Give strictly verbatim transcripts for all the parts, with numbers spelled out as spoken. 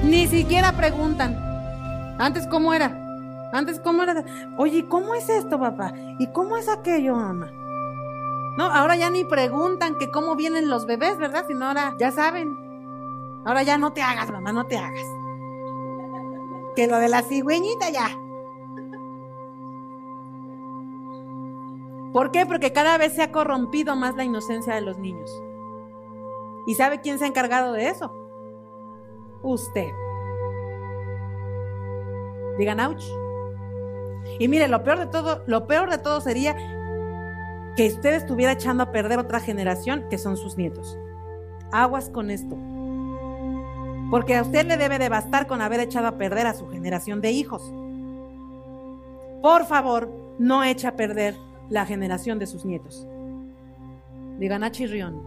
Ni siquiera preguntan. Antes, ¿cómo era? Antes, ¿cómo era? Oye, ¿cómo es esto, papá? ¿Y cómo es aquello, mamá? No, ahora ya ni preguntan que cómo vienen los bebés, ¿verdad? Sino ahora ya saben. Ahora ya no te hagas, mamá, no te hagas. Que lo de la cigüeñita ya. ¿Por qué? Porque cada vez se ha corrompido más la inocencia de los niños. ¿Y sabe quién se ha encargado de eso? Usted. Digan, ouch. Y mire, lo peor de todo, lo peor de todo sería que usted estuviera echando a perder otra generación, que son sus nietos. Aguas con esto. Porque a usted le debe de bastar con haber echado a perder a su generación de hijos. Por favor, no eche a perder la generación de sus nietos. Digan, ah, chirrión.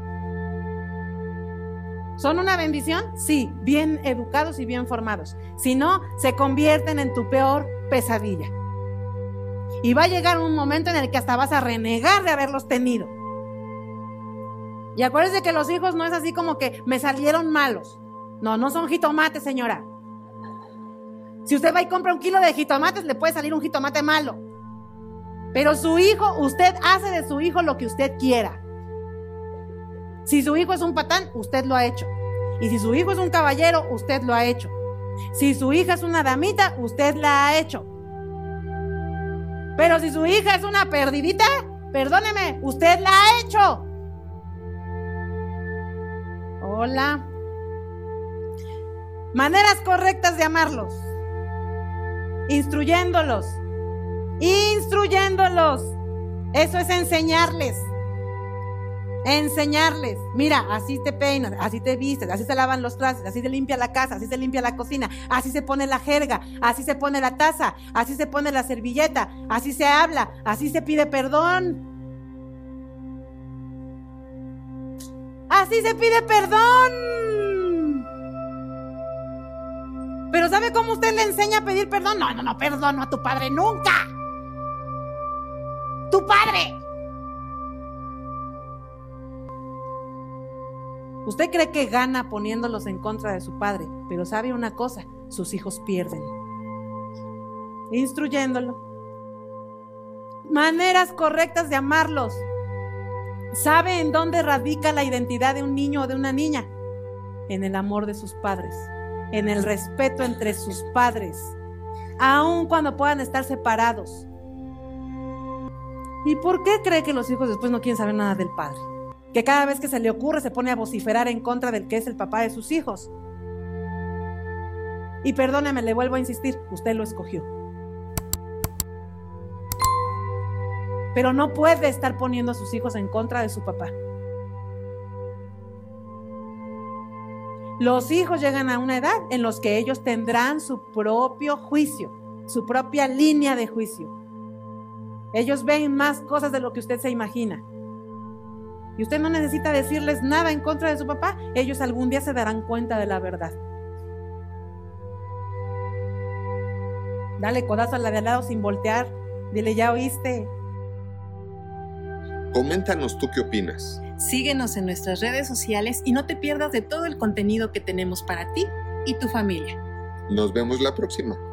¿Son una bendición? Sí, bien educados y bien formados. Si no, se convierten en tu peor pesadilla. Y va a llegar un momento en el que hasta vas a renegar de haberlos tenido. Y acuérdense que los hijos no es así como que me salieron malos. No, no son jitomates, señora. Si usted va y compra un kilo de jitomates, le puede salir un jitomate malo. Pero su hijo, usted hace de su hijo lo que usted quiera. Si su hijo es un patán, usted lo ha hecho. Y si su hijo es un caballero, usted lo ha hecho. Si su hija es una damita, usted la ha hecho. Pero si su hija es una perdidita, perdóneme, usted la ha hecho. Hola. Maneras correctas de amarlos. Instruyéndolos. Instruyéndolos. Eso es enseñarles. Enseñarles. Mira, así te peinas, así te vistes, así se lavan los trastes, así se limpia la casa, así se limpia la cocina, así se pone la jerga, así se pone la taza, así se pone la servilleta, así se habla, así se pide perdón. Así se pide perdón. Pero ¿sabe cómo usted le enseña a pedir perdón? No, no, no, perdono a tu padre nunca. Tu padre. Usted cree que gana poniéndolos en contra de su padre, pero sabe una cosa, sus hijos pierden. Instruyéndolo. Maneras correctas de amarlos. ¿Sabe en dónde radica la identidad de un niño o de una niña? En el amor de sus padres, en el respeto entre sus padres, aun cuando puedan estar separados. ¿Y por qué cree que los hijos después no quieren saber nada del padre? Que cada vez que se le ocurre se pone a vociferar en contra del que es el papá de sus hijos. Y perdóneme, le vuelvo a insistir, usted lo escogió. Pero no puede estar poniendo a sus hijos en contra de su papá. Los hijos llegan a una edad en los que ellos tendrán su propio juicio, su propia línea de juicio. Ellos ven más cosas de lo que usted se imagina. Y usted no necesita decirles nada en contra de su papá. Ellos algún día se darán cuenta de la verdad. Dale codazo a la de al lado sin voltear. Dile, ¿ya oíste? Coméntanos tú qué opinas. Síguenos en nuestras redes sociales y no te pierdas de todo el contenido que tenemos para ti y tu familia. Nos vemos la próxima.